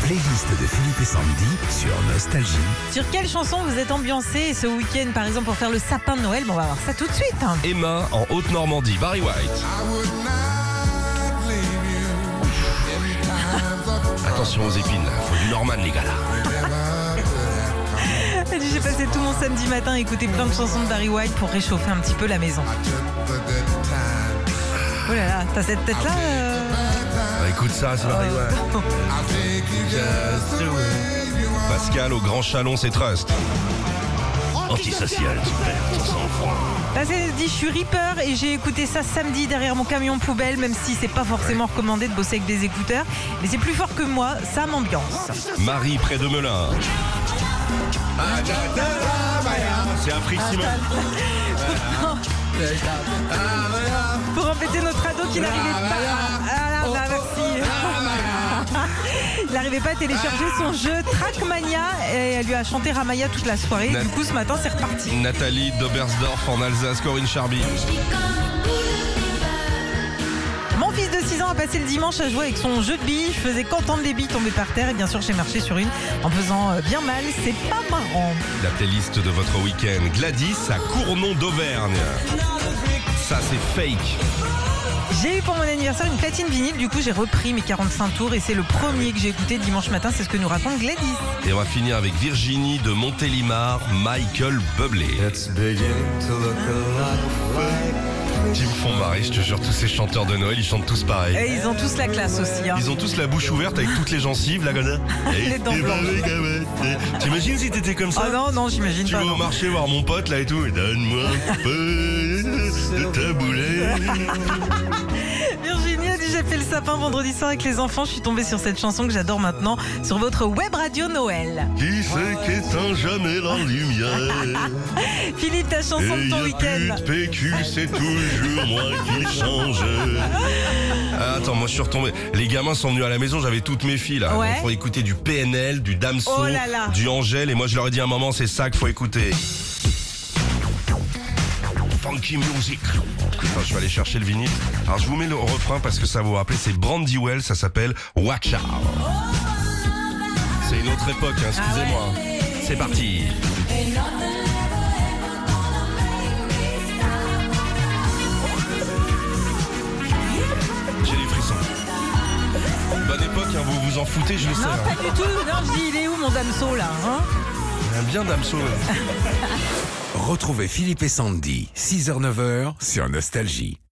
playlist de Philippe et Sandy sur Nostalgie. Sur quelle chanson vous êtes ambiancé ce week-end, par exemple, pour faire le sapin de Noël? Bon, on va voir ça tout de suite. Emma en Haute-Normandie, Barry White. Attention aux épines, là. Faut du Norman, les gars, là. J'ai passé tout mon samedi matin à écouter plein de chansons de Barry White pour réchauffer un petit peu la maison. Oh là là, t'as cette tête-là Écoute ça, c'est Barry White. Pascal au Grand Chalon, c'est Trust. Antisocial, super, ton sang-froid. Là, c'est dit, je suis Reaper et j'ai écouté ça samedi derrière mon camion poubelle, même si c'est pas forcément recommandé de bosser avec des écouteurs. Mais c'est plus fort que moi, ça m'ambiance. Marie près de Melun. C'est un fric Simon. Pour embêter notre ado qui n'arrivait pas. Ah là, bah, merci. Il n'arrivait pas à télécharger son jeu Trackmania et elle lui a chanté Ramaya toute la soirée. Du coup, ce matin, c'est reparti. Nathalie d'Oberstdorf en Alsace, Corinne Charby. Mon fils de 6 ans a passé le dimanche à jouer avec son jeu de billes. Je faisais qu'entendre les billes tomber par terre et bien sûr j'ai marché sur une en faisant bien mal. C'est pas marrant. La playlist de votre week-end. Gladys à Cournon d'Auvergne. Ça c'est fake. J'ai eu pour mon anniversaire une platine vinyle, du coup j'ai repris mes 45 tours et c'est le premier que j'ai écouté dimanche matin, c'est ce que nous raconte Gladys. Et on va finir avec Virginie de Montélimar, Michael Bublé. Qui me font marrer, je te jure, tous ces chanteurs de Noël, ils chantent tous pareil. Et ils ont tous la classe aussi. Ils ont tous la bouche ouverte avec toutes les gencives, là, comme ça. Les dents blanches. T'imagines si t'étais comme ça? Oh non, j'imagine Tu pas. vas au marché voir mon pote, là, et tout. Donne-moi un peu de taboulé. Virginie a déjà fait le sapin vendredi soir avec les enfants. Je suis tombée sur cette chanson que j'adore maintenant sur votre web radio Noël. Qui c'est qu'éteint jamais la lumière? Philippe, ta chanson de ton week-end. Et PQ, c'est toujours moi qui change. Ah, attends, moi je suis retombé. Les gamins sont venus à la maison, j'avais toutes mes filles là. Ouais. Il faut écouter du PNL, du Damso, Oh là là. du Angèle. Et moi je leur ai dit à un moment, c'est ça qu'il faut écouter. Funky music. Attends, je vais aller chercher le vinyle. Alors je vous mets le refrain parce que ça va vous rappeler, c'est Brandy Well, ça s'appelle Watch Out. C'est une autre époque, hein, excusez-moi. Ah ouais. C'est parti. J'ai les frissons. Bonne époque, hein, vous vous en foutez, je le sais. Non, hein. pas du tout. Non, je dis, il est où mon Damso là, hein? Il aime bien Damso. Retrouvez Philippe et Sandy, 6h-9h sur Nostalgie.